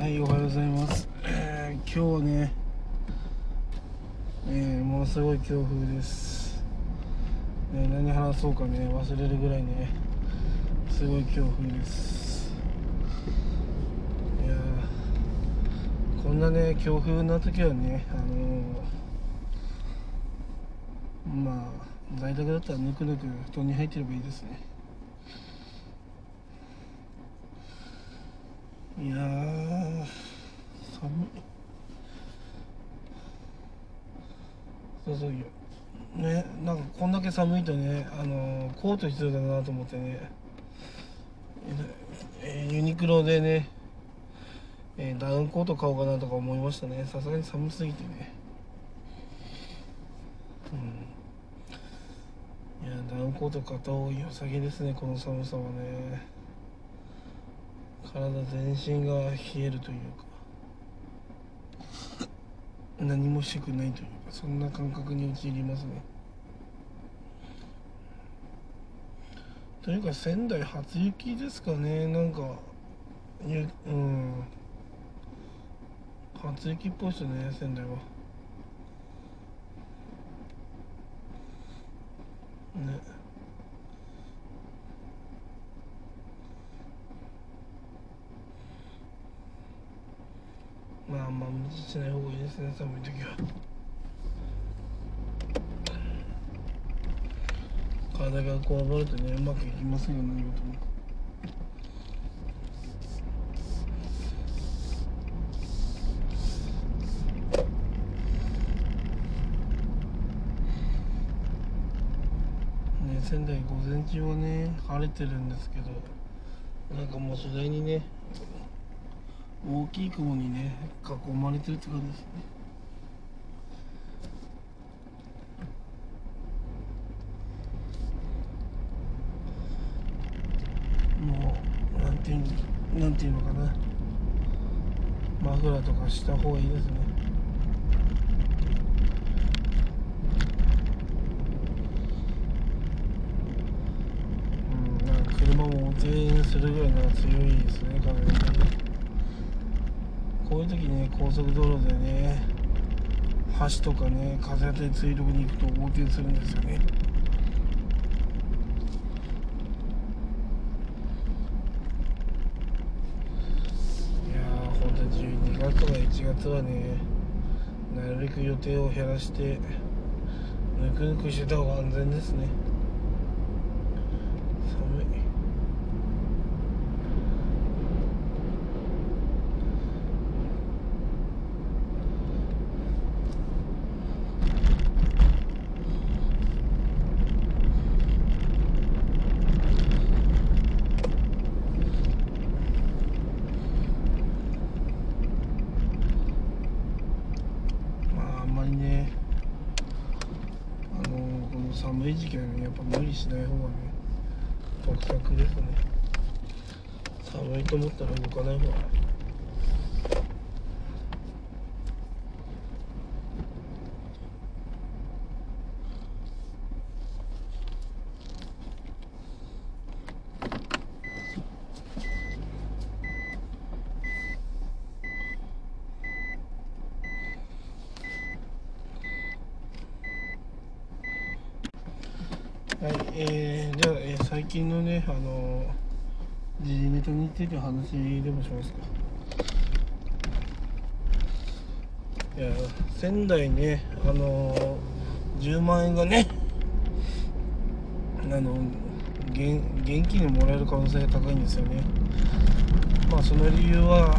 はい、おはようございます。今日はね、ものすごい強風です。何話そうかね、忘れるぐらいね、すごい強風です。いやー、こんなね、強風な時はね、在宅だったらぬくぬく布団に入ってればいいですね。いやー、寒い。そうね、なんかこんだけ寒いとね、コート必要だなと思ってね、ユニクロでね、ダウンコート買おうかなとか思いましたね。さすがに寒すぎてね。いや、ダウンコート買った方がいいお酒ですね、この寒さはね。体全身が冷えるというか、何もしてくないというか、そんな感覚に陥りますね。というか仙台初雪ですかね。なんか初雪っぽいですね、仙台はね。無理しない方がいいですね、寒い時は。体がこわばるとね、うまくいきませんよ、何事も。仙台午前中はね晴れてるんですけど、なんかもう次第にね、大きい雲にね囲まれてるって感じですね。もうなんていうのかな、マフラーとかした方がいいですね。なんか車も横転するぐらいの強いですね、風がね。こういう時ね、高速道路でね、橋とかね、風当たり強いとこに行くと横転するんですよね。いやー、本当に12月とか1月はね、なるべく予定を減らしてぬくぬくしてた方が安全ですね。寒い。あんまりね、この寒い時期はね、やっぱ無理しない方がね得策ですね。寒いと思ったら動かない方が。はい、では、最近のね、時事ネタについて話でもしますか。いや、仙台ね、10万円がね、現金でもらえる可能性が高いんですよね。その理由は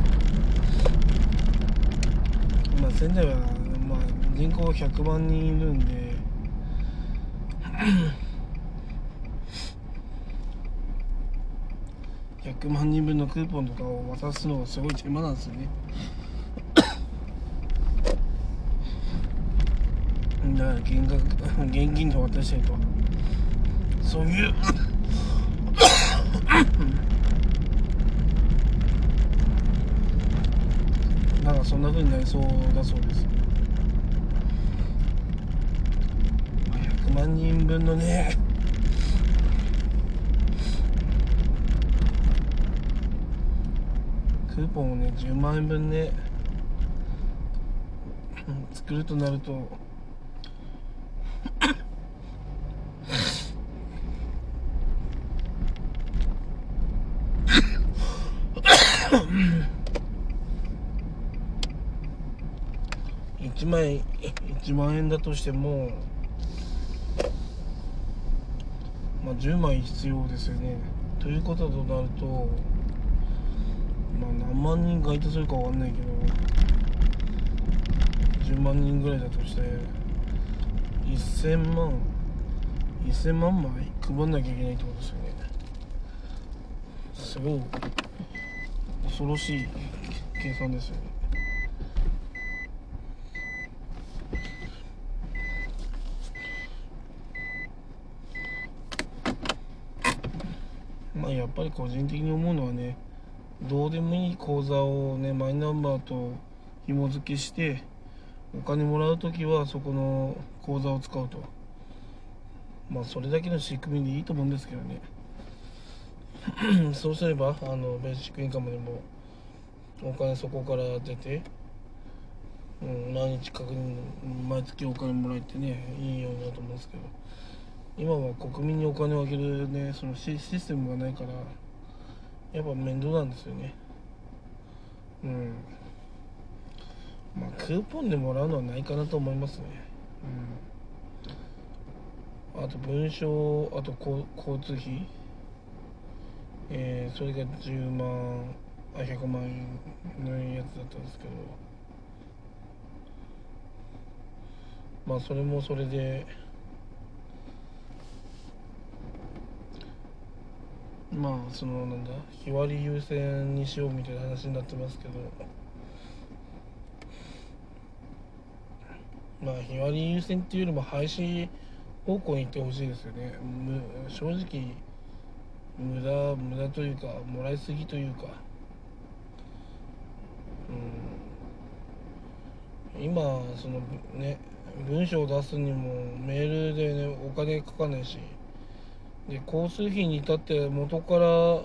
仙台は、人口100万人いるんで100万人分のクーポンとかを渡すのがすごい手間なんですよね。だから現金で渡したりと、そういうなんかそんな風になりそうだそうです。100万人分のね、 クーポンをね10万円分ね作るとなると1枚1万円だとしても、10枚必要ですよね。ということとなると、何万人該当するかわかんないけど10万人ぐらいだとして1000万枚配んなきゃいけないってことですよね。すごい恐ろしい計算ですよね。やっぱり個人的に思うのはね、どうでもいい口座をねマイナンバーと紐付けしてお金もらうときはそこの口座を使うと、それだけの仕組みでいいと思うんですけどねそうすればベーシックインカムでもお金そこから出て、毎日毎月お金もらえてねいいようになると思うんですけど、今は国民にお金をあげるねそのシステムがないからやっぱ面倒なんですよね。クーポンでもらうのはないかなと思いますね。あと文書、あと交通費、それが10万100万円のやつだったんですけど、それもそれでその日割り優先にしようみたいな話になってますけど、日割り優先っていうよりも廃止方向に行ってほしいですよね。正直無駄というかもらいすぎというか、今そのね文章を出すにもメールでねお金かかんないし、で交通費に至って元から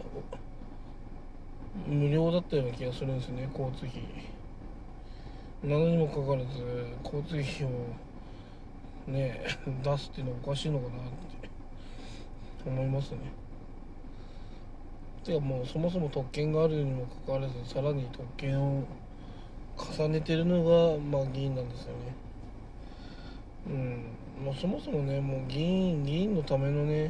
無料だったような気がするんですよね、交通費なのにもかかわらず交通費をね出すっていうのはおかしいのかなって思いますね。てかもうそもそも特権があるにもかかわらずさらに特権を重ねてるのが議員なんですよね。もうそもそもねもう議員のためのね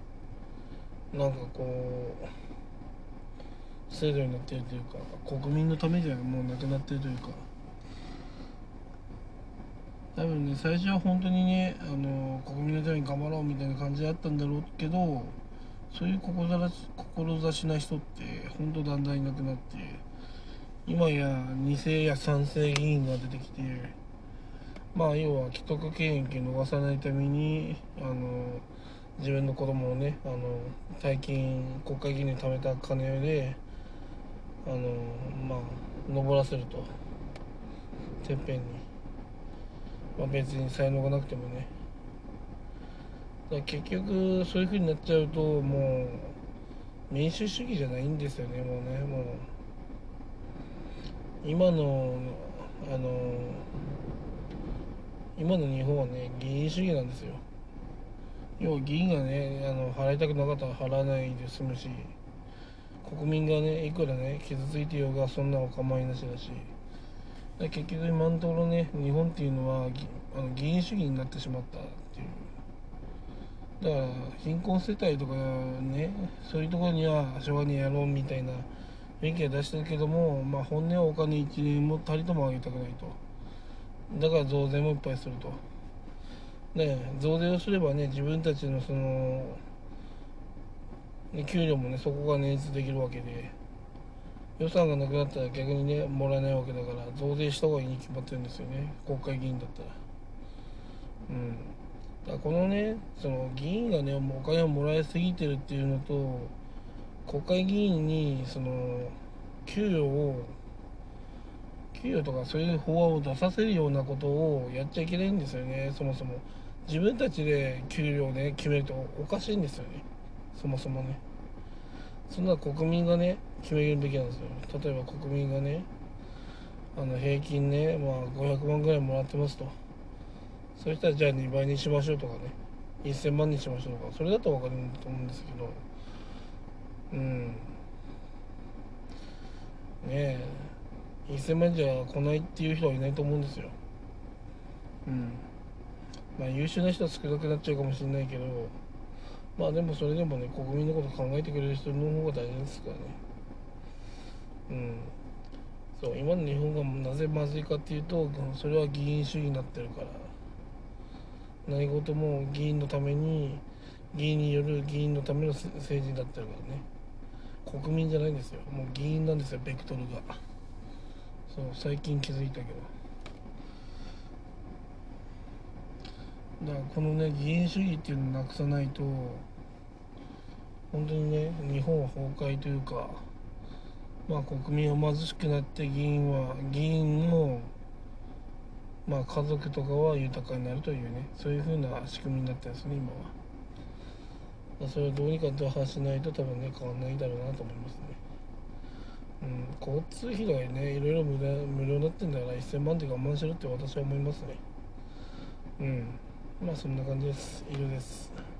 制度になっているというか国民のためじゃもうなくなっているというか、多分ね最初は本当にね国民のために頑張ろうみたいな感じだったんだろうけど、そういう志な人って本当だんだんいなくなって、今や2世や3世議員が出てきて、要は既得権益を逃さないために自分の子供をね大金国会議員に貯めた金で登らせるとてっぺんに、別に才能がなくてもね。だから結局そういう風になっちゃうともう民主主義じゃないんですよね。もう今の今の日本はね議員主義なんですよ。要は議員がね払いたくなかったら払わないで済むし、国民がねいくらね傷ついてようがそんなお構いなしだし、結局今のところね日本っていうのは議員主義になってしまったっていう。だから貧困世帯とかねそういうところには昭和にやろうみたいな雰囲気は出してるけども、本音はお金1年もたりともあげたくないと。だから増税もいっぱいすると。増税をすればね自分たちのその給料もねそこが捻出できるわけで、予算がなくなったら逆にねもらえないわけだから増税した方がいいに決まってるんですよね、国会議員だったら。だからこのねその議員がねお金をもらいすぎてるっていうのと、国会議員にその給与とかそういう法案を出させるようなことをやっちゃいけないんですよね。そもそも自分たちで給料をね決めるとおかしいんですよね、そもそもね。そんな国民がね決めるべきなんですよ。例えば国民がね、平均ね、500万ぐらいもらってますと。そうしたらじゃあ2倍にしましょうとかね、1000万にしましょうとか、それだと分かると思うんですけど、ねえ、1000万じゃ来ないっていう人はいないと思うんですよ。優秀な人は少なくなっちゃうかもしれないけど、でもそれでもね、国民のこと考えてくれる人の方が大事ですからね。そう今の日本がなぜまずいかっていうと、それは議員主義になってるから。何事も議員のために、議員による議員のための政治になってるからね。国民じゃないんですよ、もう議員なんですよ、ベクトルが。そう最近気づいたけど、だからこのね、議員主義っていうのをなくさないと本当にね、日本は崩壊というか、国民は貧しくなって、議員の家族とかは豊かになるというね、そういう風な仕組みになってるんですね、今は。それをどうにか打破しないと多分ね、変わんないだろうなと思いますね。交通費がね、いろいろ無料になってんだから、1000万で我慢しろって私は思いますね。そんな感じです。以上です。